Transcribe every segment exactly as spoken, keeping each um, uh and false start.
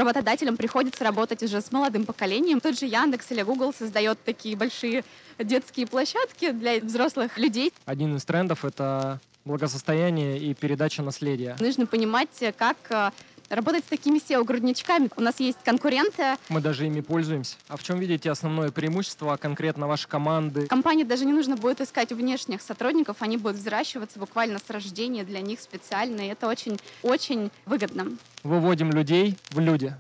работодателям приходится работать уже с молодым поколением. Тот же Яндекс или Google создает такие большие детские площадки для взрослых людей. Один из трендов — это благосостояние и передача наследия. Нужно понимать, как работать с такими сео-грудничками. У нас есть конкуренты. Мы даже ими пользуемся. А в чем видите основное преимущество конкретно вашей команды? Компании даже не нужно будет искать внешних сотрудников, они будут взращиваться буквально с рождения для них специально, и это очень-очень выгодно. Выводим людей в люди.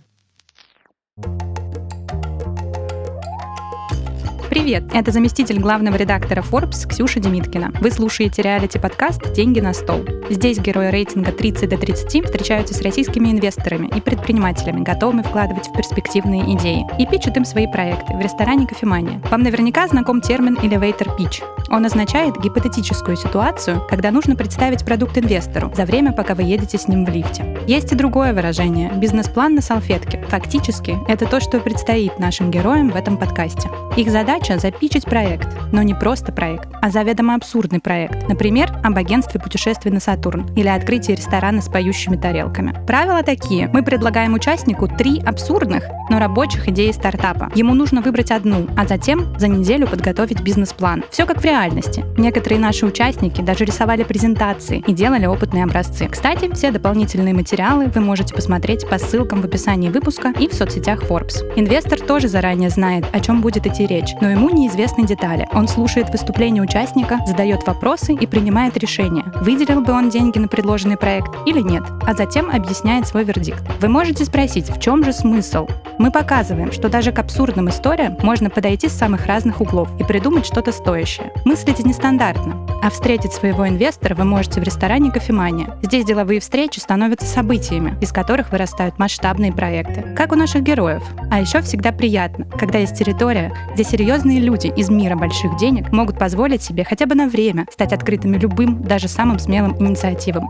Привет, это заместитель главного редактора Forbes Ксюша Демиткина. Вы слушаете реалити-подкаст «Деньги на стол». Здесь герои рейтинга тридцать до тридцати встречаются с российскими инвесторами и предпринимателями, готовыми вкладывать в перспективные идеи, и питчат им свои проекты в ресторане «Кофемания». Вам наверняка знаком термин elevator pitch. Он означает гипотетическую ситуацию, когда нужно представить продукт инвестору за время, пока вы едете с ним в лифте. Есть и другое выражение – бизнес-план на салфетке. Фактически, это то, что предстоит нашим героям в этом подкасте. Их задача – запитчить проект, но не просто проект, а заведомо абсурдный проект. Например, об агентстве путешествий на Сатурн или открытии ресторана с поющими тарелками. Правила такие. Мы предлагаем участнику три абсурдных, но рабочих идеи стартапа. Ему нужно выбрать одну, а затем за неделю подготовить бизнес-план. Все как в реальности. Некоторые наши участники даже рисовали презентации и делали опытные образцы. Кстати, все дополнительные материалы вы можете посмотреть по ссылкам в описании выпуска и в соцсетях Forbes. Инвестор тоже заранее знает, о чем будет идти речь, но ему неизвестны детали. Он слушает выступления участника, задает вопросы и принимает решение, выделил бы он деньги на предложенный проект или нет, а затем объясняет свой вердикт. Вы можете спросить, в чем же смысл? Мы показываем, что даже к абсурдным историям можно подойти с самых разных углов и придумать что-то стоящее. Мыслите нестандартно. А встретить своего инвестора вы можете в ресторане «Кофемания». Здесь деловые встречи становятся событиями, из которых вырастают масштабные проекты. Как у наших героев. А еще всегда приятно, когда есть территория, где серьезные люди из мира больших денег могут позволить себе хотя бы на время стать открытыми любым, даже самым смелым инициативам.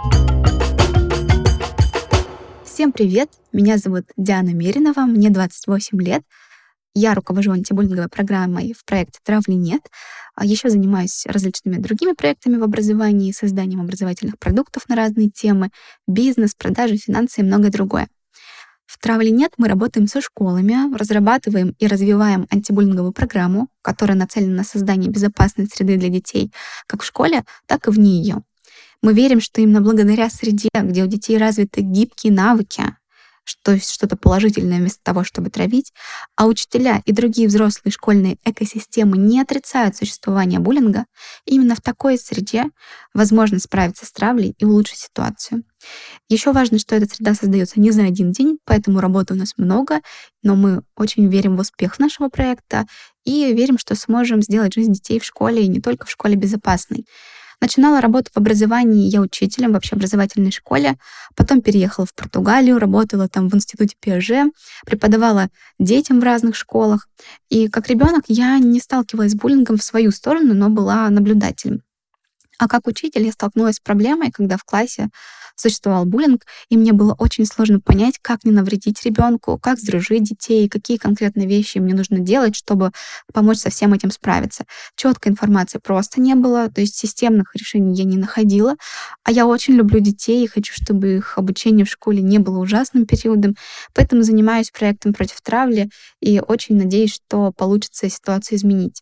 Всем привет! Меня зовут Диана Меринова, мне двадцать восемь лет. Я руковожу антибуллинговой программой в проекте «Травли нет». Еще занимаюсь различными другими проектами в образовании, созданием образовательных продуктов на разные темы, бизнес, продажи, финансы и многое другое. В «Травли нет» мы работаем со школами, разрабатываем и развиваем антибуллинговую программу, которая нацелена на создание безопасной среды для детей как в школе, так и вне ее. Мы верим, что именно благодаря среде, где у детей развиты гибкие навыки, то есть что-то положительное вместо того, чтобы травить, а учителя и другие взрослые школьные экосистемы не отрицают существование буллинга, именно в такой среде возможно справиться с травлей и улучшить ситуацию. Еще важно, что эта среда создается не за один день, поэтому работы у нас много, но мы очень верим в успех нашего проекта и верим, что сможем сделать жизнь детей в школе и не только в школе безопасной. Начинала работу в образовании я учителем в общеобразовательной школе, потом переехала в Португалию, работала там в институте Пиаже, преподавала детям в разных школах. И как ребенок я не сталкивалась с буллингом в свою сторону, но была наблюдателем. А как учитель я столкнулась с проблемой, когда в классе существовал буллинг, и мне было очень сложно понять, как не навредить ребенку, как сдружить детей, какие конкретно вещи мне нужно делать, чтобы помочь со всем этим справиться. Четкой информации просто не было, то есть системных решений я не находила, а я очень люблю детей и хочу, чтобы их обучение в школе не было ужасным периодом, поэтому занимаюсь проектом против травли и очень надеюсь, что получится ситуацию изменить.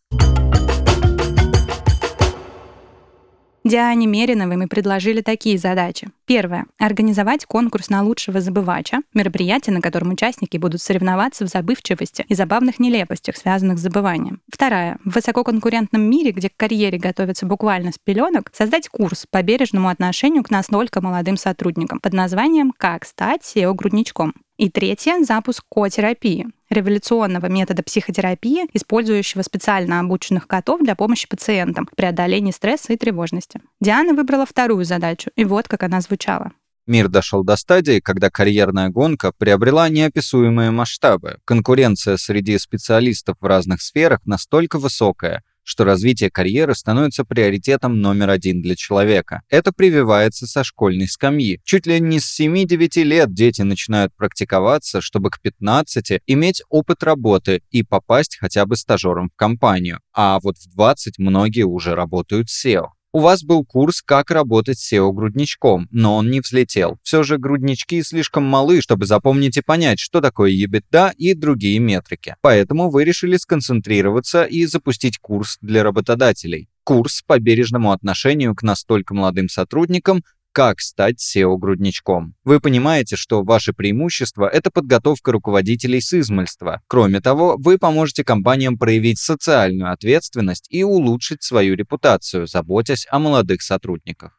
Диане Мериновой мы предложили такие задачи. Первое. Организовать конкурс на лучшего забывача, мероприятие, на котором участники будут соревноваться в забывчивости и забавных нелепостях, связанных с забыванием. Второе. В высококонкурентном мире, где к карьере готовятся буквально с пеленок, создать курс по бережному отношению к настолько молодым сотрудникам под названием «Как стать сео-грудничком». И третье — запуск ко-терапии, революционного метода психотерапии, использующего специально обученных котов для помощи пациентам в преодолении стресса и тревожности. Диана выбрала вторую задачу, и вот как она звучала. Мир дошел до стадии, когда карьерная гонка приобрела неописуемые масштабы. Конкуренция среди специалистов в разных сферах настолько высокая, что развитие карьеры становится приоритетом номер один для человека. Это прививается со школьной скамьи. Чуть ли не с семи-девяти лет дети начинают практиковаться, чтобы к пятнадцати иметь опыт работы и попасть хотя бы стажером в компанию. А вот в двадцать многие уже работают сео. У вас был курс «Как работать с сео-грудничком», но он не взлетел. Все же груднички слишком малы, чтобы запомнить и понять, что такое EBITDA и другие метрики. Поэтому вы решили сконцентрироваться и запустить курс для работодателей. Курс по бережному отношению к настолько молодым сотрудникам, как стать сео-грудничком. Вы понимаете, что ваше преимущество – это подготовка руководителей с измольства. Кроме того, вы поможете компаниям проявить социальную ответственность и улучшить свою репутацию, заботясь о молодых сотрудниках.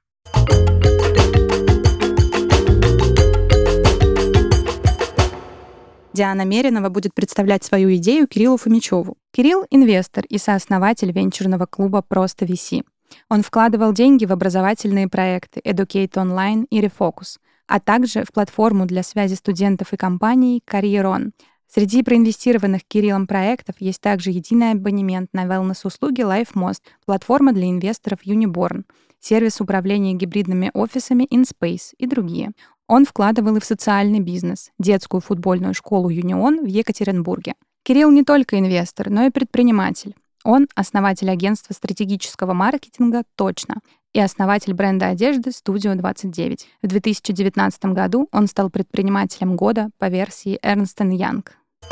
Диана Меринова будет представлять свою идею Кириллу Фомичеву. Кирилл — инвестор и сооснователь венчурного клуба «Просто ви си». Он вкладывал деньги в образовательные проекты Educate Online и Refocus, а также в платформу для связи студентов и компаний CareerOn. Среди проинвестированных Кириллом проектов есть также единый абонемент на wellness-услуги LifeMost, платформа для инвесторов Uniborn, сервис управления гибридными офисами InSpace и другие. Он вкладывал и в социальный бизнес, детскую футбольную школу Union в Екатеринбурге. Кирилл не только инвестор, но и предприниматель. Он основатель агентства стратегического маркетинга «Точно» и основатель бренда одежды «Студио двадцать девять». В две тысячи девятнадцатом году он стал предпринимателем года по версии Ernst энд Young.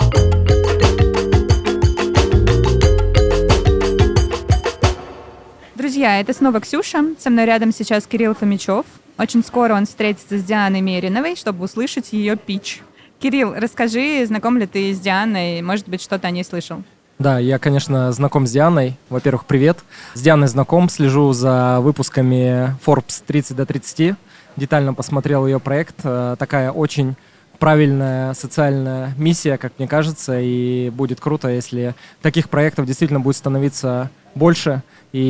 Друзья, это снова Ксюша. Со мной рядом сейчас Кирилл Фомичев. Очень скоро он встретится с Дианой Мериновой, чтобы услышать ее питч. Кирилл, расскажи, знаком ли ты с Дианой, может быть, что-то о ней слышал? Да, я, конечно, знаком с Дианой. Во-первых, привет. С Дианой знаком, слежу за выпусками Forbes тридцать до тридцати. Детально посмотрел ее проект. Такая очень правильная социальная миссия, как мне кажется, и будет круто, если таких проектов действительно будет становиться больше.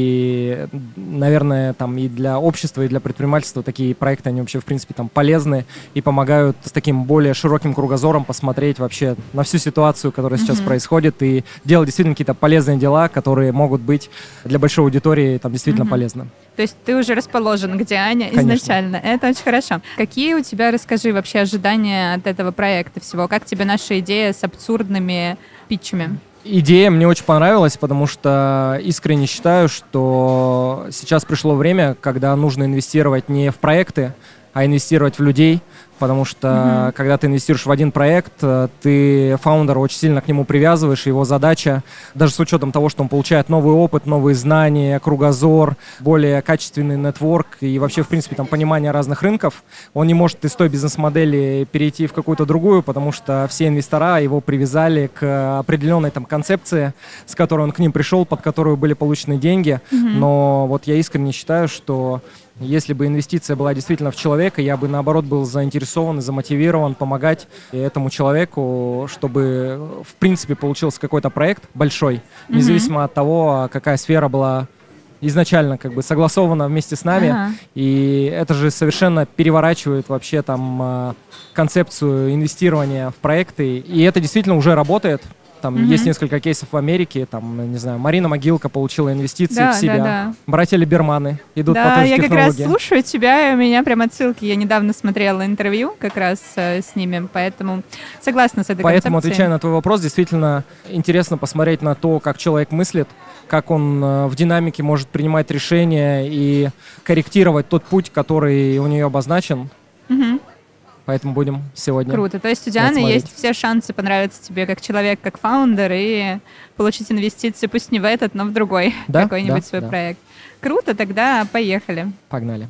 И, наверное, там и для общества, и для предпринимательства такие проекты, они вообще, в принципе, там полезны и помогают с таким более широким кругозором посмотреть вообще на всю ситуацию, которая сейчас mm-hmm. происходит, и делать действительно какие-то полезные дела, которые могут быть для большой аудитории там действительно mm-hmm. полезны. То есть ты уже расположен к Диане Конечно. Изначально. Это очень хорошо. Какие у тебя, расскажи, вообще ожидания от этого проекта всего? Как тебе наша идея с абсурдными питчами? Идея мне очень понравилась, потому что искренне считаю, что сейчас пришло время, когда нужно инвестировать не в проекты, а инвестировать в людей, потому что mm-hmm. когда ты инвестируешь в один проект, ты фаундера очень сильно к нему привязываешь, его задача, даже с учетом того, что он получает новый опыт, новые знания, кругозор, более качественный нетворк и вообще, в принципе, там понимание разных рынков, он не может из той бизнес-модели перейти в какую-то другую, потому что все инвестора его привязали к определенной там концепции, с которой он к ним пришел, под которую были получены деньги, mm-hmm. но вот я искренне считаю, что если бы инвестиция была действительно в человека, я бы, наоборот, был заинтересован и замотивирован помогать этому человеку, чтобы, в принципе, получился какой-то проект большой, mm-hmm. независимо от того, какая сфера была изначально как бы согласована вместе с нами. Uh-huh. И это же совершенно переворачивает вообще там концепцию инвестирования в проекты. И это действительно уже работает. Там mm-hmm. есть несколько кейсов в Америке, там, не знаю, Марина Могилка получила инвестиции да, в себя, да, да. братья Либерманы идут да, по той же технологии. Да, я как раз слушаю тебя, и у меня прям отсылки. Я недавно смотрела интервью как раз э, с ними, поэтому согласна с этой Поэтому, концепцией. отвечая на твой вопрос, действительно интересно посмотреть на то, как человек мыслит, как он э, в динамике может принимать решения и корректировать тот путь, который у нее обозначен. Mm-hmm. Поэтому будем сегодня. Круто. То есть у Дианы есть все шансы понравиться тебе как человек, как фаундер и получить инвестиции, пусть не в этот, но в другой да? какой-нибудь да, свой да. проект. Круто, тогда поехали. Погнали.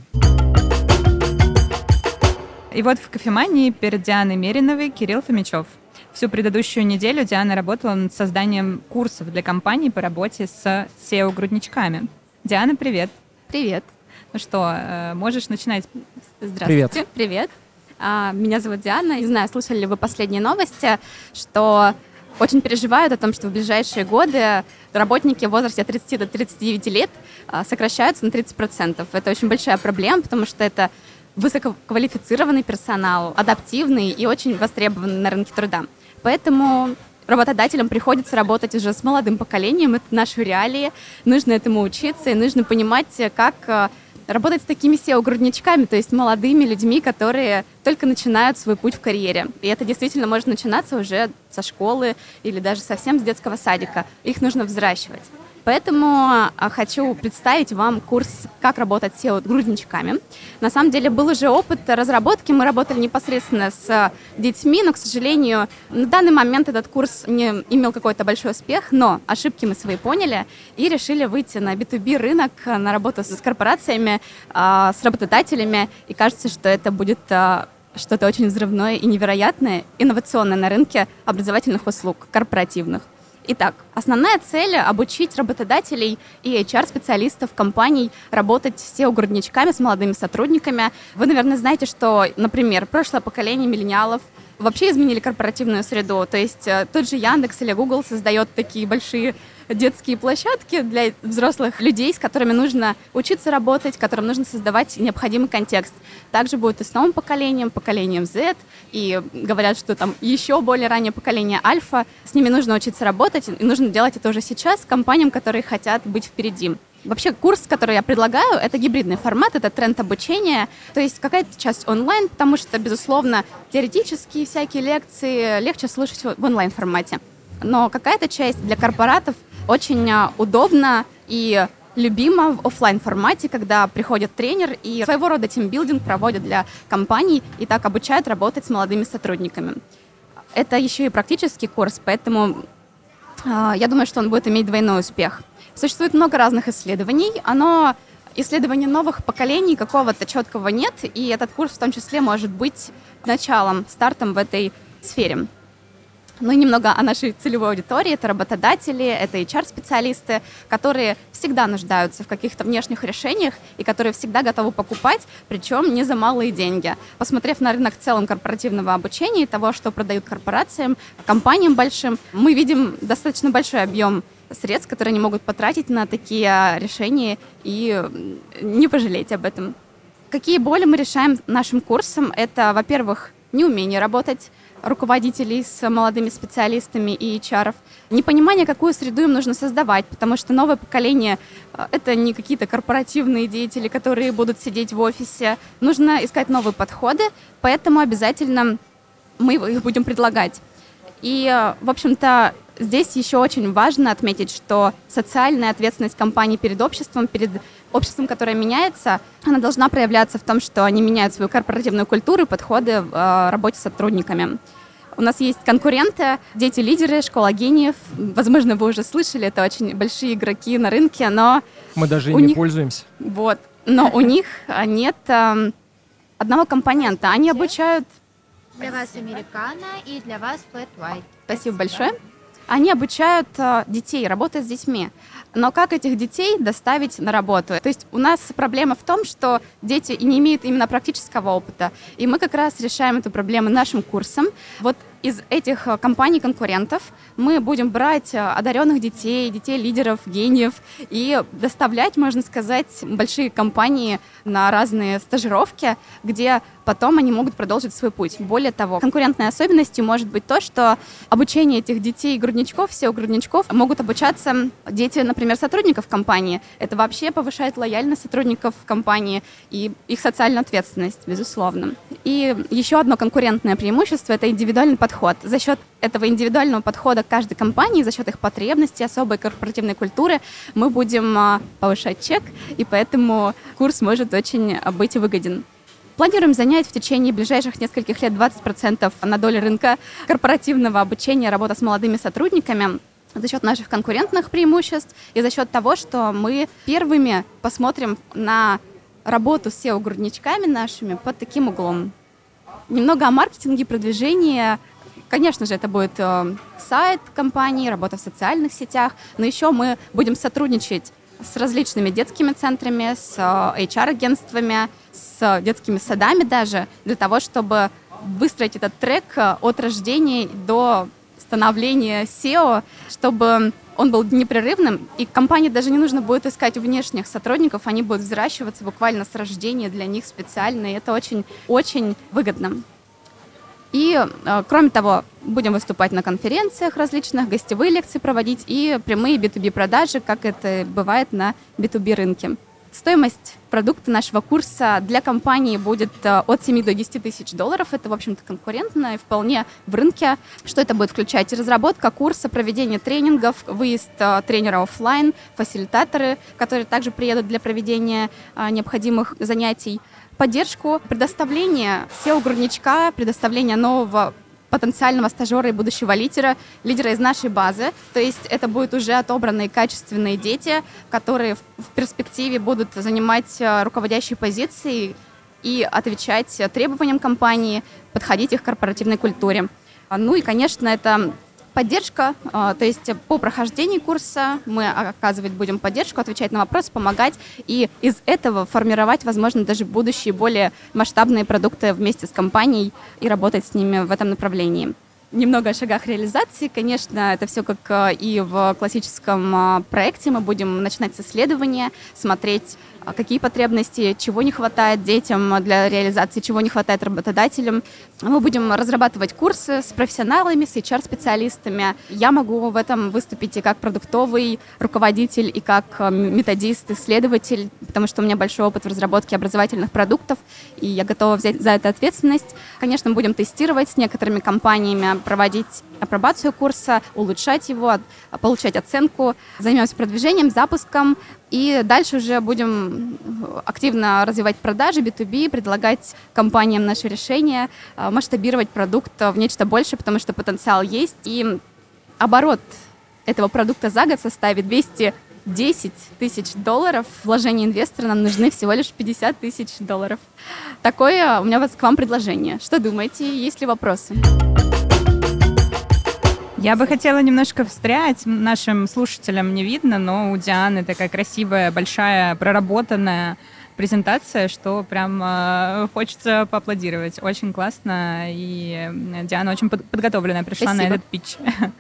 И вот в кофемании перед Дианой Мериновой Кирилл Фомичев. Всю предыдущую неделю Диана работала над созданием курсов для компаний по работе с сео-грудничками. Диана, привет. Привет. Ну что, можешь начинать? Здравствуйте. Привет. Привет. Меня зовут Диана. Не знаю, слышали ли вы последние новости, что очень переживают о том, что в ближайшие годы работники в возрасте от тридцати до тридцати девяти лет сокращаются на тридцать процентов. Это очень большая проблема, потому что это высококвалифицированный персонал, адаптивный и очень востребованный на рынке труда. Поэтому работодателям приходится работать уже с молодым поколением. Это наши реалии. Нужно этому учиться и нужно понимать, как работать с такими сео-грудничками, то есть молодыми людьми, которые только начинают свой путь в карьере. И это действительно может начинаться уже со школы или даже совсем с детского садика. Их нужно взращивать. Поэтому хочу представить вам курс «Как работать с сео-грудничками». На самом деле был уже опыт разработки, мы работали непосредственно с детьми, но, к сожалению, на данный момент этот курс не имел какой-то большой успех, но ошибки мы свои поняли и решили выйти на би ту би рынок, на работу с корпорациями, с работодателями, и кажется, что это будет что-то очень взрывное и невероятное, инновационное на рынке образовательных услуг, корпоративных. Итак, основная цель — обучить работодателей и эйч ар-специалистов компаний работать с сео-грудничками, с молодыми сотрудниками. Вы, наверное, знаете, что, например, прошлое поколение миллениалов вообще изменили корпоративную среду. То есть тот же Яндекс или Google создает такие большие детские площадки для взрослых людей, с которыми нужно учиться работать, которым нужно создавать необходимый контекст. Также будет и с новым поколением, поколением Z, и говорят, что там еще более раннее поколение Альфа. С ними нужно учиться работать, и нужно делать это уже сейчас компаниям, которые хотят быть впереди. Вообще курс, который я предлагаю, это гибридный формат, это тренд обучения, то есть какая-то часть онлайн, потому что, безусловно, теоретические всякие лекции легче слушать в онлайн-формате. Но какая-то часть для корпоратов очень удобна и любима в офлайн-формате, когда приходит тренер и своего рода тимбилдинг проводят для компаний и так обучают работать с молодыми сотрудниками. Это еще и практический курс, поэтому э, я думаю, что он будет иметь двойной успех. Существует много разных исследований, оно исследований новых поколений какого-то четкого нет, и этот курс в том числе может быть началом, стартом в этой сфере. Ну и немного о нашей целевой аудитории. Это работодатели, это эйч ар-специалисты, которые всегда нуждаются в каких-то внешних решениях и которые всегда готовы покупать, причем не за малые деньги. Посмотрев на рынок в целом корпоративного обучения и того, что продают корпорациям, компаниям большим, мы видим достаточно большой объем средств, которые они могут потратить на такие решения и не пожалеть об этом. Какие боли мы решаем нашим курсом? Это, во-первых, неумение работать руководителей с молодыми специалистами и эйч ар-ов, непонимание, какую среду им нужно создавать, потому что новое поколение — это не какие-то корпоративные деятели, которые будут сидеть в офисе. Нужно искать новые подходы, поэтому обязательно мы их будем предлагать. И, в общем-то, здесь еще очень важно отметить, что социальная ответственность компании перед обществом, перед обществом, которое меняется, она должна проявляться в том, что они меняют свою корпоративную культуру и подходы в э, работе с сотрудниками. У нас есть конкуренты, дети-лидеры, школа гениев. Возможно, вы уже слышали, это очень большие игроки на рынке, но... Мы даже ими не пользуемся. Вот. Но у них нет э, одного компонента. Они обучают... Для вас американо и для вас flat white. Спасибо большое. Они обучают э, детей, работать с детьми. Но как этих детей доставить на работу? То есть у нас проблема в том, что дети не имеют именно практического опыта. И мы как раз решаем эту проблему нашим курсом. Вот из этих компаний-конкурентов мы будем брать одаренных детей, детей-лидеров, гениев и доставлять, можно сказать, большие компании на разные стажировки, где потом они могут продолжить свой путь. Более того, конкурентной особенностью может быть то, что обучение этих детей-грудничков, сео-грудничков, могут обучаться дети, например, сотрудников компании. Это вообще повышает лояльность сотрудников компании и их социальную ответственность, безусловно. И еще одно конкурентное преимущество — это индивидуальный подход. За счет этого индивидуального подхода к каждой компании, за счет их потребностей, особой корпоративной культуры, мы будем повышать чек, и поэтому курс может очень быть выгоден. Планируем занять в течение ближайших нескольких лет двадцать процентов на долю рынка корпоративного обучения, работа с молодыми сотрудниками за счет наших конкурентных преимуществ и за счет того, что мы первыми посмотрим на работу с сео-грудничками нашими под таким углом. Немного о маркетинге, продвижении. Конечно же, это будет э, сайт компании, работа в социальных сетях, но еще мы будем сотрудничать с различными детскими центрами, с э, эйч ар-агентствами, с детскими садами даже, для того, чтобы выстроить этот трек от рождения до становления сео, чтобы он был непрерывным, и компании даже не нужно будет искать внешних сотрудников, они будут взращиваться буквально с рождения для них специально, и это очень-очень выгодно. И, э, кроме того, будем выступать на конференциях различных, гостевые лекции проводить и прямые би ту би продажи, как это бывает на би ту би рынке. Стоимость продукта нашего курса для компании будет от семи до десяти тысяч долларов. Это, в общем-то, конкурентно и вполне в рынке. Что это будет включать? Разработка курса, проведение тренингов, выезд тренера офлайн, фасилитаторы, которые также приедут для проведения необходимых занятий, поддержку, предоставление сео-грудничка, предоставление нового потенциального стажера и будущего лидера, лидера из нашей базы. То есть это будут уже отобранные качественные дети, которые в перспективе будут занимать руководящие позиции и отвечать требованиям компании, подходить их к корпоративной культуре. Ну и, конечно, это поддержка, то есть по прохождении курса мы оказывать будем поддержку, отвечать на вопросы, помогать и из этого формировать, возможно, даже будущие более масштабные продукты вместе с компанией и работать с ними в этом направлении. Немного о шагах реализации. Конечно, это все как и в классическом проекте. Мы будем начинать с исследования, смотреть, какие потребности, чего не хватает детям для реализации, чего не хватает работодателям. Мы будем разрабатывать курсы с профессионалами, с эйч ар-специалистами. Я могу в этом выступить и как продуктовый руководитель, и как методист, исследователь, потому что у меня большой опыт в разработке образовательных продуктов, и я готова взять за это ответственность. Конечно, мы будем тестировать с некоторыми компаниями, проводить апробацию курса, улучшать его, получать оценку. Займемся продвижением, запуском. И дальше уже будем активно развивать продажи би ту би, предлагать компаниям наши решения, масштабировать продукт в нечто большее, потому что потенциал есть. И оборот этого продукта за год составит двести десять тысяч долларов. Вложения инвестора нам нужны всего лишь пятьдесят тысяч долларов. Такое у меня к вам предложение. Что думаете? Есть ли вопросы? Я бы хотела немножко встрять. Нашим слушателям не видно, но у Дианы такая красивая, большая, проработанная презентация, что прям э, хочется поаплодировать. Очень классно, и Диана очень под- подготовленная пришла Спасибо. На этот питч.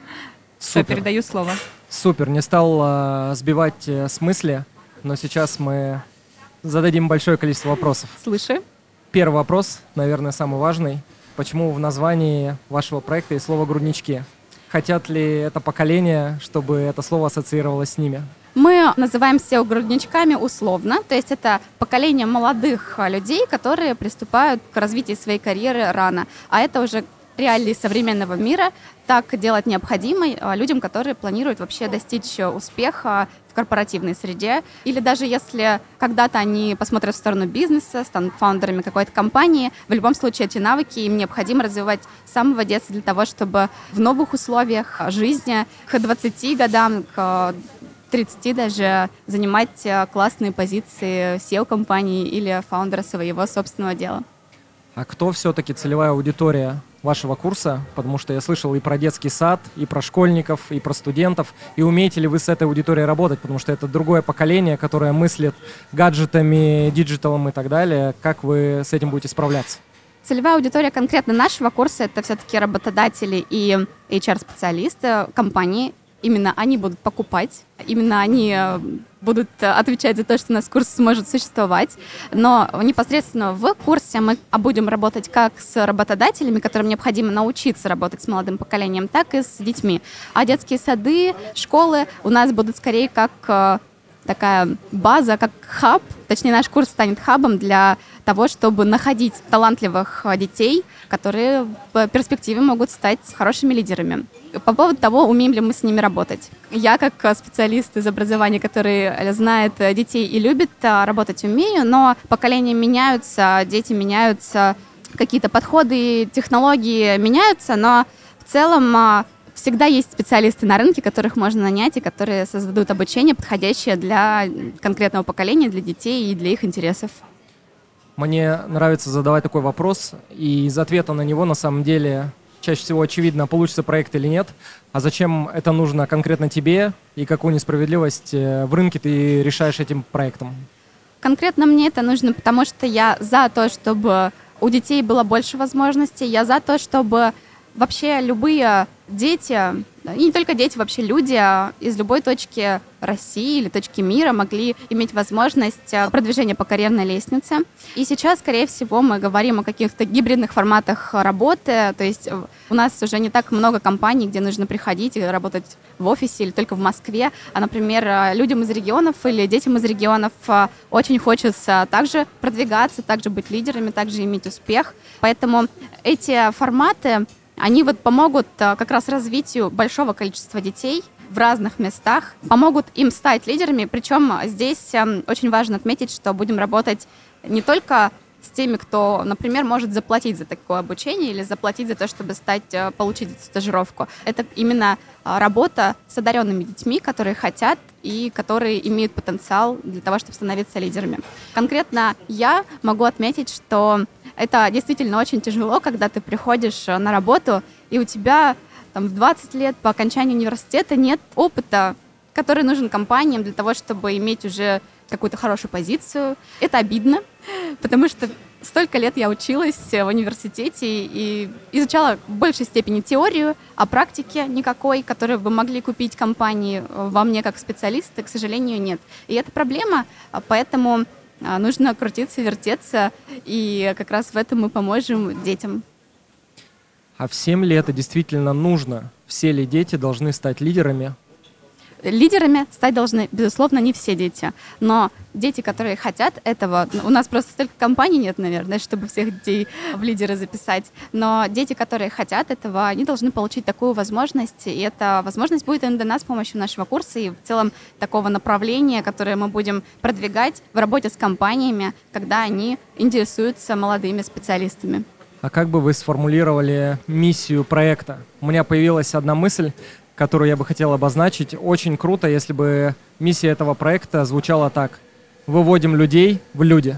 Все, передаю слово. Супер, не стал э, сбивать э, с мысли, но сейчас мы зададим большое количество вопросов. Слушаю. Первый вопрос, наверное, самый важный. Почему в названии вашего проекта есть слово «груднички»? Хотят ли это поколение, чтобы это слово ассоциировалось с ними? Мы называем сео грудничками условно, то есть это поколение молодых людей, которые приступают к развитию своей карьеры рано, а это уже реалии современного мира. Так делать необходимо людям, которые планируют вообще достичь успеха в корпоративной среде. Или даже если когда-то они посмотрят в сторону бизнеса, станут фаундерами какой-то компании, в любом случае эти навыки им необходимо развивать с самого детства для того, чтобы в новых условиях жизни к двадцати годам, к тридцати даже занимать классные позиции сео-компании или фаундера своего собственного дела. А кто все-таки целевая аудитория вашего курса? Потому что я слышал и про детский сад, и про школьников, и про студентов. И умеете ли вы с этой аудиторией работать? Потому что это другое поколение, которое мыслит гаджетами, диджиталом и так далее. Как вы с этим будете справляться? Целевая аудитория конкретно нашего курса — это все-таки работодатели и эйч ар-специалисты компании. Именно они будут покупать, именно они будут отвечать за то, что у нас курс сможет существовать. Но непосредственно в курсе мы будем работать как с работодателями, которым необходимо научиться работать с молодым поколением, так и с детьми. А детские сады, школы у нас будут скорее как такая база, как хаб. Точнее, наш курс станет хабом для того, чтобы находить талантливых детей, которые в перспективе могут стать хорошими лидерами. По поводу того, умеем ли мы с ними работать. Я, как специалист из образования, который знает детей и любит, работать умею, но поколения меняются, дети меняются, какие-то подходы, технологии меняются, но в целом всегда есть специалисты на рынке, которых можно нанять и которые создадут обучение, подходящее для конкретного поколения, для детей и для их интересов. Мне нравится задавать такой вопрос, и из ответа на него на самом деле чаще всего очевидно, получится проект или нет. А зачем это нужно конкретно тебе и какую несправедливость в рынке ты решаешь этим проектом? Конкретно мне это нужно, потому что я за то, чтобы у детей было больше возможностей, я за то, чтобы вообще любые дети, и не только дети, вообще люди из любой точки России или точки мира могли иметь возможность продвижения по карьерной лестнице. И сейчас, скорее всего, мы говорим о каких-то гибридных форматах работы. То есть у нас уже не так много компаний, где нужно приходить и работать в офисе или только в Москве. А, например, людям из регионов или детям из регионов очень хочется также продвигаться, также быть лидерами, также иметь успех. Поэтому эти форматы, они вот помогут как раз развитию большого количества детей в разных местах, помогут им стать лидерами. Причем здесь очень важно отметить, что будем работать не только с теми, кто, например, может заплатить за такое обучение или заплатить за то, чтобы стать, получить эту стажировку. Это именно работа с одаренными детьми, которые хотят и которые имеют потенциал для того, чтобы становиться лидерами. Конкретно я могу отметить, что это действительно очень тяжело, когда ты приходишь на работу, и у тебя там, в двадцать лет по окончании университета нет опыта, который нужен компаниям для того, чтобы иметь уже какую-то хорошую позицию. Это обидно, потому что столько лет я училась в университете и изучала в большей степени теорию, а практики никакой, которую бы могли купить компании, во мне как специалисты, к сожалению, нет. И это проблема, поэтому нужно крутиться, вертеться, и как раз в этом мы поможем детям. А всем ли это действительно нужно? Все ли дети должны стать лидерами? Лидерами стать должны, безусловно, не все дети. Но дети, которые хотят этого... У нас просто столько компаний нет, наверное, чтобы всех детей в лидеры записать. Но дети, которые хотят этого, они должны получить такую возможность. И эта возможность будет дана с помощью нашего курса и в целом такого направления, которое мы будем продвигать в работе с компаниями, когда они интересуются молодыми специалистами. А как бы вы сформулировали миссию проекта? У меня появилась одна мысль, которую я бы хотел обозначить. Очень круто, если бы миссия этого проекта звучала так: выводим людей в люди.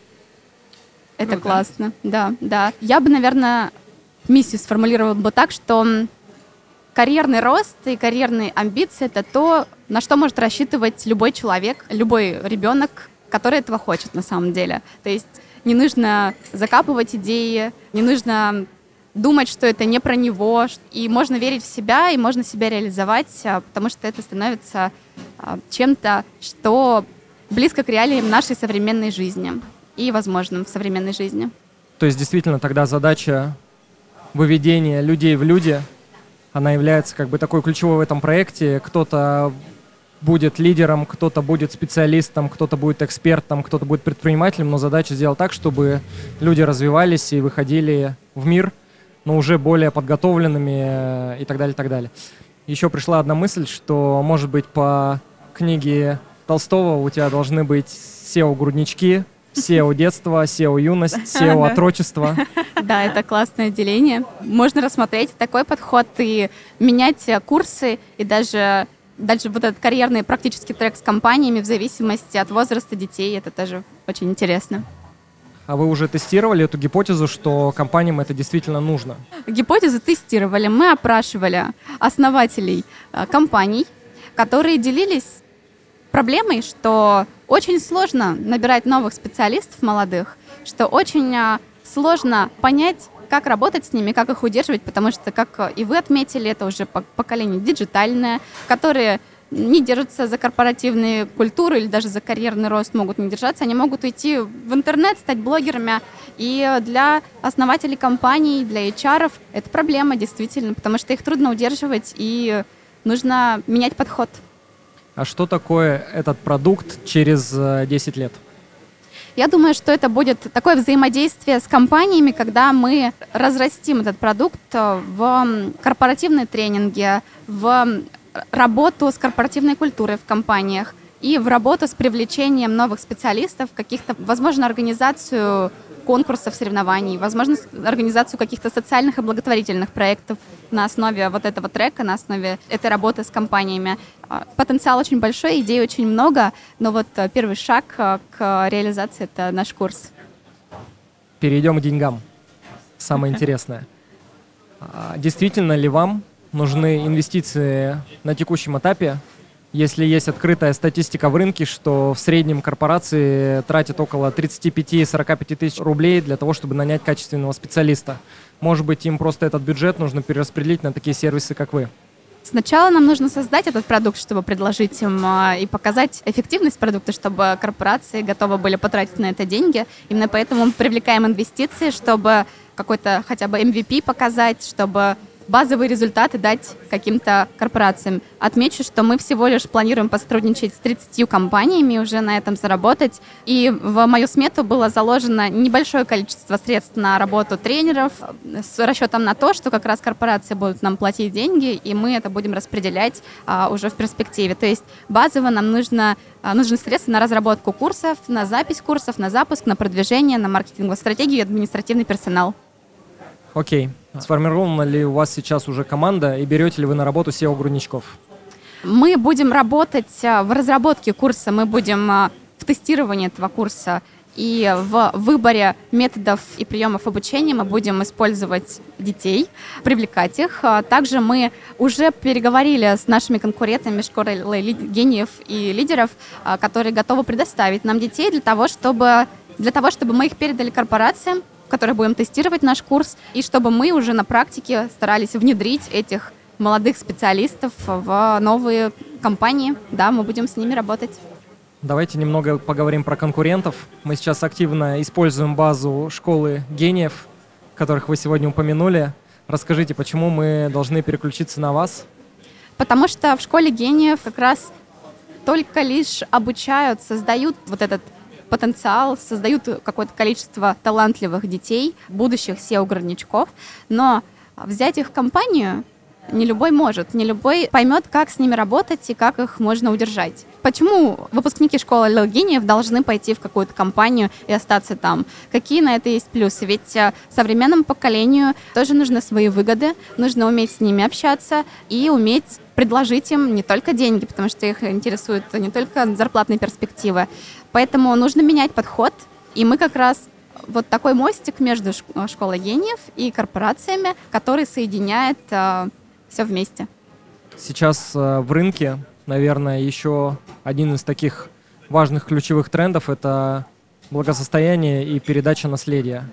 Это круто. Классно, да, да. Я бы, наверное, миссию сформулировала бы так, что карьерный рост и карьерные амбиции — это то, на что может рассчитывать любой человек, любой ребенок, который этого хочет на самом деле. То есть не нужно закапывать идеи, не нужно думать, что это не про него, и можно верить в себя, и можно себя реализовать, потому что это становится чем-то, что близко к реалиям нашей современной жизни и возможным в современной жизни. То есть действительно тогда задача выведения людей в люди, она является как бы такой ключевой в этом проекте. Кто-то будет лидером, кто-то будет специалистом, кто-то будет экспертом, кто-то будет предпринимателем, но задача сделать так, чтобы люди развивались и выходили в мир, но уже более подготовленными и так далее, и так далее. Еще пришла одна мысль, что, может быть, по книге Толстого у тебя должны быть сео-груднички, сео-детство, сео-юность, сео-отрочество. Да, это классное деление. Можно рассмотреть такой подход и менять курсы, и даже дальше вот этот карьерный практический трек с компаниями в зависимости от возраста детей. Это тоже очень интересно. А вы уже тестировали эту гипотезу, что компаниям это действительно нужно? Гипотезу тестировали. Мы опрашивали основателей компаний, которые делились проблемой, что очень сложно набирать новых специалистов молодых, что очень сложно понять, как работать с ними, как их удерживать, потому что, как и вы отметили, это уже поколение диджитальное, которые не держатся за корпоративные культуры или даже за карьерный рост могут не держаться, они могут уйти в интернет, стать блогерами. И для основателей компаний, для эйч ар-ов это проблема действительно, потому что их трудно удерживать и нужно менять подход. А что такое этот продукт через десять лет? Я думаю, что это будет такое взаимодействие с компаниями, когда мы разрастим этот продукт в корпоративные тренинги, в работу с корпоративной культурой в компаниях и в работу с привлечением новых специалистов, каких-то, возможно, организацию конкурсов, соревнований, возможно, организацию каких-то социальных и благотворительных проектов на основе вот этого трека, на основе этой работы с компаниями. Потенциал очень большой, идей очень много, но вот первый шаг к реализации — это наш курс. Перейдем к деньгам. Самое интересное. Действительно ли вам нужны инвестиции на текущем этапе если есть открытая статистика в рынке, что в среднем корпорации тратят около тридцать пять - сорок пять тысяч рублей для того, чтобы нанять качественного специалиста. Может быть, им просто этот бюджет нужно перераспределить на такие сервисы, как вы? Сначала нам нужно создать этот продукт, чтобы предложить им а, и показать эффективность продукта, чтобы корпорации готовы были потратить на это деньги. Именно поэтому мы привлекаем инвестиции, чтобы какой-то хотя бы эм ви пи показать, чтобы базовые результаты дать каким-то корпорациям. Отмечу, что мы всего лишь планируем посотрудничать с тридцатью компаниями, уже на этом заработать. И в мою смету было заложено небольшое количество средств на работу тренеров с расчетом на то, что как раз корпорации будут нам платить деньги, и мы это будем распределять а, уже в перспективе. То есть базово нам нужно, а, нужны средства на разработку курсов, на запись курсов, на запуск, на продвижение, на маркетинговую стратегию и административный персонал. Окей. Сформирована ли у вас сейчас уже команда и берете ли вы на работу сео-грудничков? Мы будем работать в разработке курса, мы будем в тестировании этого курса и в выборе методов и приемов обучения мы будем использовать детей, привлекать их. Также мы уже переговорили с нашими конкурентами школой гениев и лидеров, которые готовы предоставить нам детей для того, чтобы, для того, чтобы мы их передали корпорациям, в которых будем тестировать наш курс, и чтобы мы уже на практике старались внедрить этих молодых специалистов в новые компании. Да, мы будем с ними работать. Давайте немного поговорим про конкурентов. Мы сейчас активно используем базу школы гениев, которых вы сегодня упомянули. Расскажите, почему мы должны переключиться на вас? Потому что в школе гениев как раз только лишь обучают, создают вот этот потенциал, создают какое-то количество талантливых детей, будущих сео-горнячков, но взять их в компанию не любой может, не любой поймет, как с ними работать и как их можно удержать. Почему выпускники школы гениев должны пойти в какую-то компанию и остаться там? Какие на это есть плюсы? Ведь современному поколению тоже нужны свои выгоды, нужно уметь с ними общаться и уметь предложить им не только деньги, потому что их интересуют не только зарплатные перспективы. Поэтому нужно менять подход, и мы как раз вот такой мостик между школой гениев и корпорациями, который соединяет э, все вместе. Сейчас э, в рынке, наверное, еще один из таких важных ключевых трендов – это благосостояние и передача наследия.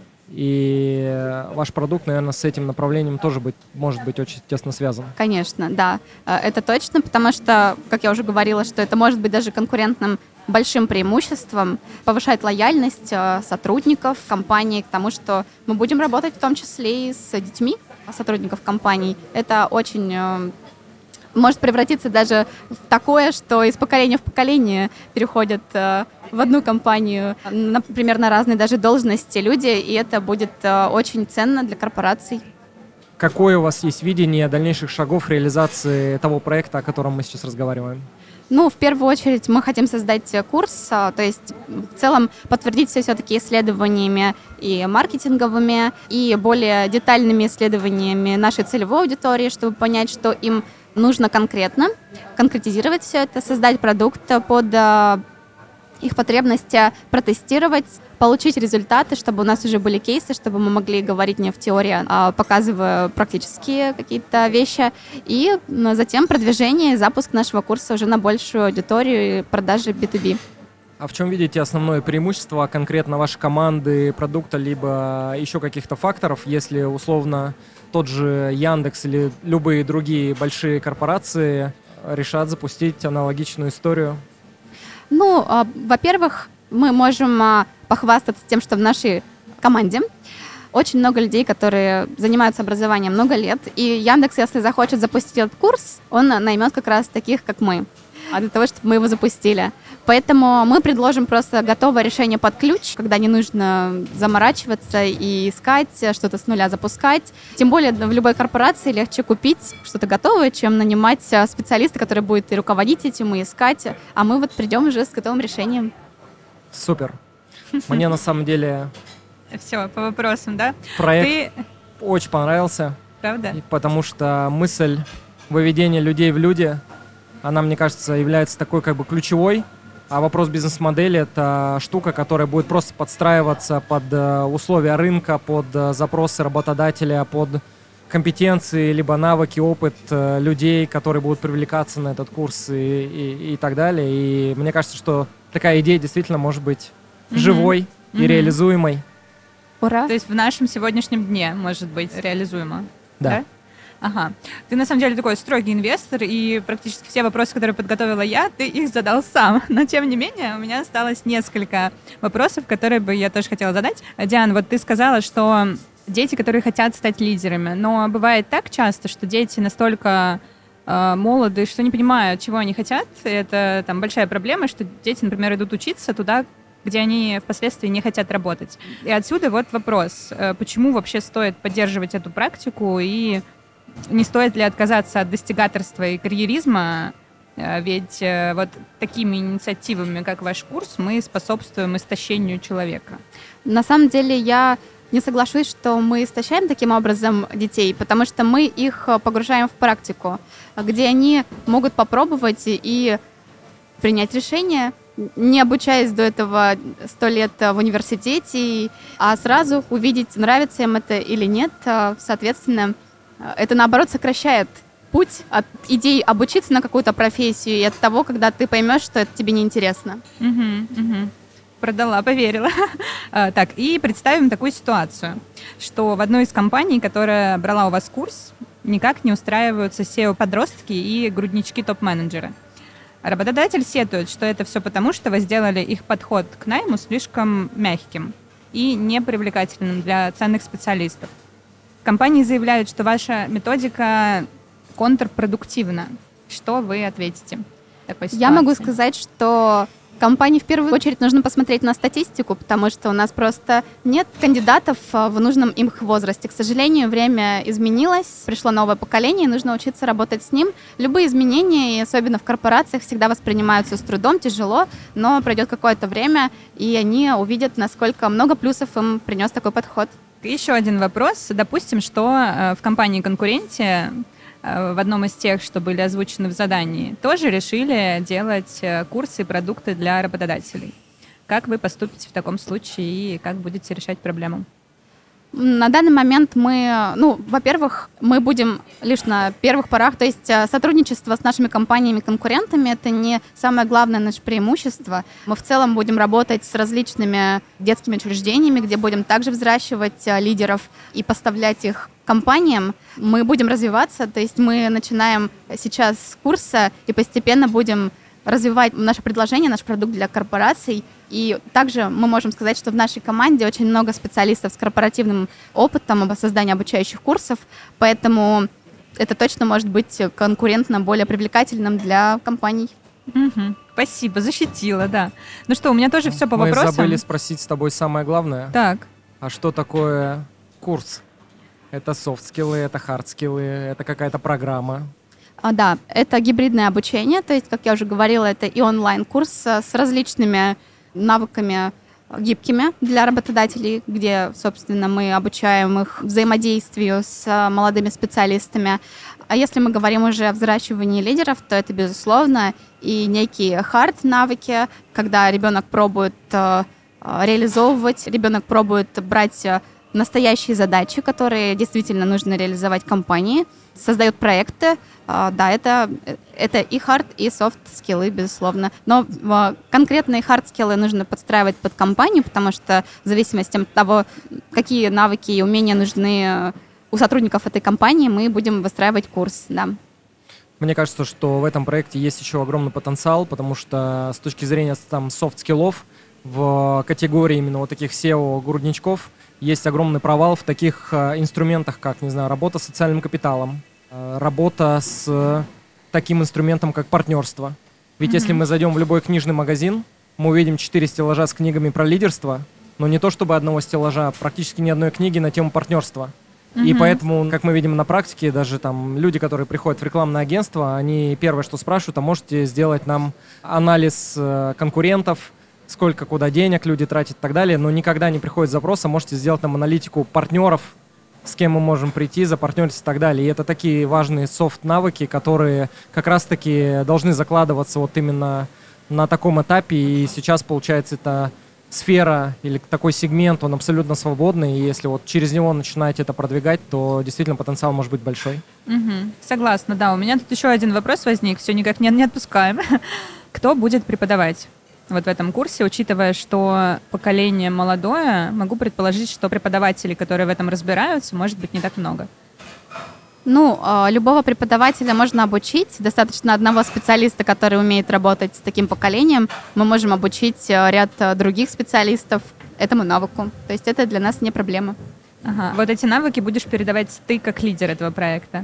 И ваш продукт, наверное, с этим направлением тоже быть, может быть очень тесно связан. Конечно, да, это точно, потому что, как я уже говорила, что это может быть даже конкурентным большим преимуществом, повышать лояльность сотрудников компании к тому, что мы будем работать в том числе и с детьми сотрудников компаний. Это очень может превратиться даже в такое, что из поколения в поколение переходят в одну компанию, например, на разные даже должности люди, и это будет очень ценно для корпораций. Какое у вас есть видение дальнейших шагов реализации того проекта, о котором мы сейчас разговариваем? Ну, в первую очередь мы хотим создать курс, то есть в целом подтвердить все все-таки исследованиями и маркетинговыми, и более детальными исследованиями нашей целевой аудитории, чтобы понять, что им нужно конкретно, конкретизировать все это, создать продукт под их потребности, протестировать, получить результаты, чтобы у нас уже были кейсы, чтобы мы могли говорить не в теории, а показывая практические какие-то вещи. И затем продвижение и запуск нашего курса уже на большую аудиторию и продажи би ту би. А в чем видите основное преимущество конкретно вашей команды, продукта, либо еще каких-то факторов, если условно тот же Яндекс или любые другие большие корпорации решат запустить аналогичную историю? Ну, а, во-первых, мы можем а, похвастаться тем, что в нашей команде очень много людей, которые занимаются образованием много лет, и Яндекс, если захочет запустить этот курс, он наймет как раз таких, как мы, для того, чтобы мы его запустили. Поэтому мы предложим просто готовое решение под ключ, когда не нужно заморачиваться и искать, что-то с нуля запускать. Тем более в любой корпорации легче купить что-то готовое, чем нанимать специалиста, который будет и руководить этим, и искать. А мы вот придем уже с готовым решением. Супер. Мне на самом деле... Все, по вопросам, да? Проект Ты... очень понравился. Правда? Потому что мысль выведения людей в люди, она, мне кажется, является такой как бы ключевой. А вопрос бизнес-модели – это штука, которая будет просто подстраиваться под условия рынка, под запросы работодателя, под компетенции, либо навыки, опыт э, людей, которые будут привлекаться на этот курс и, и, и так далее. И мне кажется, что такая идея действительно может быть mm-hmm. живой mm-hmm. и реализуемой. Ура! То есть в нашем сегодняшнем дне может быть реализуемо. Да. Да? Ага. Ты на самом деле такой строгий инвестор, и практически все вопросы, которые подготовила я, ты их задал сам. Но тем не менее, у меня осталось несколько вопросов, которые бы я тоже хотела задать. Диан, вот ты сказала, что дети, которые хотят стать лидерами, но бывает так часто, что дети настолько э, молоды, что не понимают, чего они хотят. Это там большая проблема, что дети, например, идут учиться туда, где они впоследствии не хотят работать. И отсюда вот вопрос, э, почему вообще стоит поддерживать эту практику, и не стоит ли отказаться от достигаторства и карьеризма, ведь вот такими инициативами, как ваш курс, мы способствуем истощению человека. На самом деле я не соглашусь, что мы истощаем таким образом детей, потому что мы их погружаем в практику, где они могут попробовать и принять решение, не обучаясь до этого сто лет в университете, а сразу увидеть, нравится им это или нет. Соответственно, это, наоборот, сокращает путь от идей обучиться на какую-то профессию и от того, когда ты поймешь, что это тебе неинтересно. Угу, угу. Продала, поверила. Так, и представим такую ситуацию, что в одной из компаний, которая брала у вас курс, никак не устраиваются сео-подростки и груднички топ-менеджеры. Работодатель сетует, что это все потому, что вы сделали их подход к найму слишком мягким и непривлекательным для ценных специалистов. Компании заявляют, что ваша методика контрпродуктивна. Что вы ответите в такой ситуации? Я могу сказать, что компании в первую очередь нужно посмотреть на статистику, потому что у нас просто нет кандидатов в нужном им возрасте. К сожалению, время изменилось, пришло новое поколение, и нужно учиться работать с ним. Любые изменения, и особенно в корпорациях, всегда воспринимаются с трудом, тяжело, но пройдет какое-то время, и они увидят, насколько много плюсов им принес такой подход. Еще один вопрос. Допустим, что в компании-конкуренте, в одном из тех, что были озвучены в задании, тоже решили делать курсы и продукты для работодателей. Как вы поступите в таком случае и как будете решать проблему? На данный момент мы, ну, во-первых, мы будем лишь на первых порах, то есть сотрудничество с нашими компаниями-конкурентами — это не самое главное наше преимущество. Мы в целом будем работать с различными детскими учреждениями, где будем также взращивать лидеров и поставлять их компаниям. Мы будем развиваться, то есть мы начинаем сейчас с курса и постепенно будем развивать наше предложение, наш продукт для корпораций. И также мы можем сказать, что в нашей команде очень много специалистов с корпоративным опытом об создании обучающих курсов, поэтому это точно может быть конкурентно более привлекательным для компаний. Угу. Спасибо, защитила, да. Ну что, у меня тоже все по Мы вопросам. Мы забыли спросить с тобой самое главное. Так. А что такое курс? Это софт-скиллы, это хард-скиллы, это какая-то программа? А, да, это гибридное обучение, то есть, как я уже говорила, это и онлайн-курс с различными навыками гибкими для работодателей, где, собственно, мы обучаем их взаимодействию с молодыми специалистами. А если мы говорим уже о взращивании лидеров, то это, безусловно, и некие хард-навыки, когда ребенок пробует э, реализовывать, ребенок пробует брать настоящие задачи, которые действительно нужно реализовать компании, создает проекты. Да, это, это и хард, и софт-скиллы, безусловно. Но конкретные хард-скиллы нужно подстраивать под компанию, потому что в зависимости от того, какие навыки и умения нужны у сотрудников этой компании, мы будем выстраивать курс, да. Мне кажется, что в этом проекте есть еще огромный потенциал, потому что с точки зрения там софт-скиллов в категории именно вот таких сео-грудничков есть огромный провал в таких э, инструментах, как, не знаю, работа с социальным капиталом, э, работа с э, таким инструментом, как партнерство. Ведь mm-hmm. если мы зайдем в любой книжный магазин, мы увидим четыре стеллажа с книгами про лидерство, но не то чтобы одного стеллажа, практически ни одной книги на тему партнерства. Mm-hmm. И поэтому, как мы видим на практике, даже там люди, которые приходят в рекламное агентство, они первое, что спрашивают: а можете сделать нам анализ э, конкурентов, сколько куда денег люди тратят и так далее, но никогда не приходит запрос: а можете сделать нам аналитику партнеров, с кем мы можем прийти, запартнериться и так далее. И это такие важные софт-навыки, которые как раз-таки должны закладываться вот именно на таком этапе. И сейчас, получается, это сфера или такой сегмент, он абсолютно свободный, и если вот через него начинаете это продвигать, то действительно потенциал может быть большой. Угу. Согласна, да. У меня тут еще один вопрос возник, все никак не, не отпускаем. Кто будет преподавать вот в этом курсе, учитывая, что поколение молодое, могу предположить, что преподавателей, которые в этом разбираются, может быть не так много. Ну, любого преподавателя можно обучить. Достаточно одного специалиста, который умеет работать с таким поколением. Мы можем обучить ряд других специалистов этому навыку. То есть это для нас не проблема. Ага. Вот эти навыки будешь передавать ты как лидер этого проекта?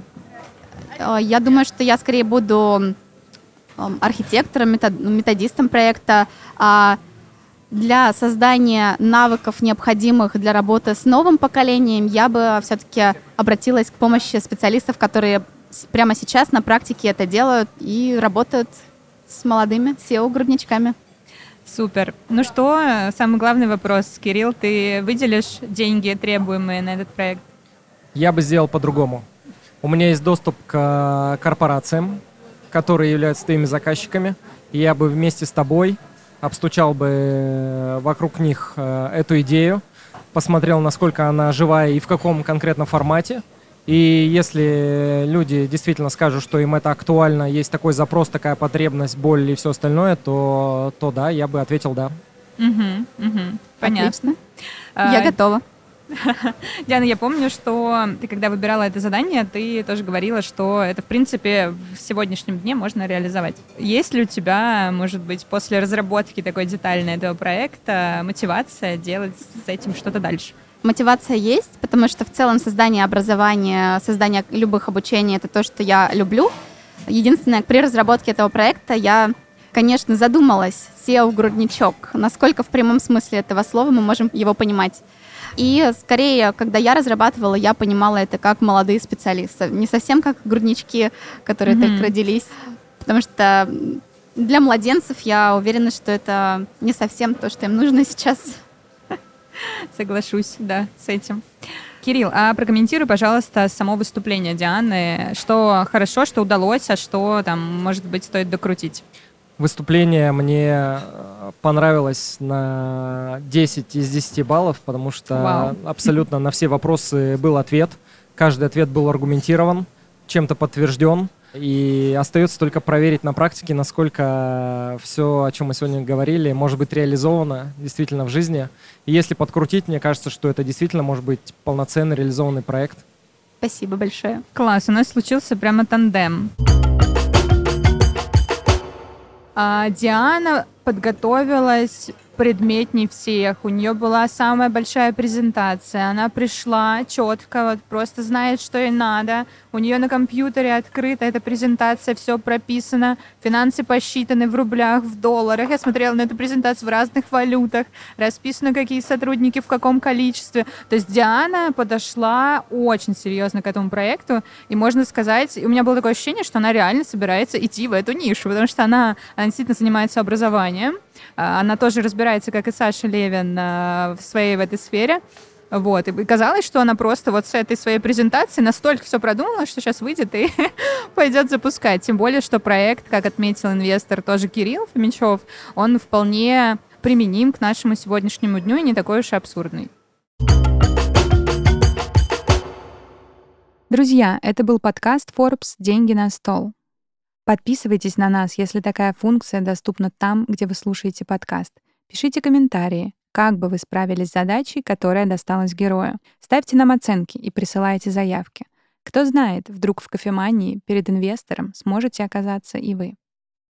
Я думаю, что я скорее буду архитектором, методистом проекта. А для создания навыков, необходимых для работы с новым поколением, я бы все-таки обратилась к помощи специалистов, которые прямо сейчас на практике это делают и работают с молодыми сео-грудничками. Супер. Ну что, самый главный вопрос. Кирилл, ты выделишь деньги, требуемые на этот проект? Я бы сделал по-другому. У меня есть доступ к корпорациям, которые являются твоими заказчиками, и я бы вместе с тобой обстучал бы вокруг них эту идею, посмотрел, насколько она живая и в каком конкретном формате. И если люди действительно скажут, что им это актуально, есть такой запрос, такая потребность, боль и все остальное, то, то да, я бы ответил да. Угу, угу. Понятно. Отлично. Я а, готова. Диана, я помню, что ты, когда выбирала это задание, ты тоже говорила, что это, в принципе, в сегодняшнем дне можно реализовать. Есть ли у тебя, может быть, после разработки такой детальной этого проекта мотивация делать с этим что-то дальше? Мотивация есть, потому что в целом создание образования, создание любых обучений — это то, что я люблю. Единственное, при разработке этого проекта я, конечно, задумалась, сео-грудничок, насколько в прямом смысле этого слова мы можем его понимать. И скорее, когда я разрабатывала, я понимала это как молодые специалисты, не совсем как груднички, которые mm-hmm. только родились, потому что для младенцев я уверена, что это не совсем то, что им нужно сейчас. Соглашусь, да, с этим. Кирилл, а прокомментируй, пожалуйста, само выступление Дианы. Что хорошо, что удалось, а что там, может быть, стоит докрутить? Выступление мне понравилось на десять из десяти баллов, потому что Вау. абсолютно на все вопросы был ответ. Каждый ответ был аргументирован, чем-то подтвержден. И остается только проверить на практике, насколько все, о чем мы сегодня говорили, может быть реализовано действительно в жизни. И если подкрутить, мне кажется, что это действительно может быть полноценный реализованный проект. Спасибо большое. Класс, у нас случился прямо тандем. А, Диана подготовилась предметней всех. У нее была самая большая презентация. Она пришла четко, вот просто знает, что ей надо. У нее на компьютере открыта эта презентация, все прописано. Финансы посчитаны в рублях, в долларах. Я смотрела на эту презентацию в разных валютах. Расписано, какие сотрудники, в каком количестве. То есть Диана подошла очень серьезно к этому проекту. И можно сказать, у меня было такое ощущение, что она реально собирается идти в эту нишу, потому что она, она действительно занимается образованием. Она тоже разбирается, как и Саша Левин, в своей в этой сфере. Вот. И казалось, что она просто вот с этой своей презентацией настолько все продумала, что сейчас выйдет и пойдет запускать. Тем более, что проект, как отметил инвестор тоже Кирилл Фомичев, он вполне применим к нашему сегодняшнему дню и не такой уж и абсурдный. Друзья, это был подкаст Forbes «Деньги на стол». Подписывайтесь на нас, если такая функция доступна там, где вы слушаете подкаст. Пишите комментарии, как бы вы справились с задачей, которая досталась герою. Ставьте нам оценки и присылайте заявки. Кто знает, вдруг в кофемании перед инвестором сможете оказаться и вы.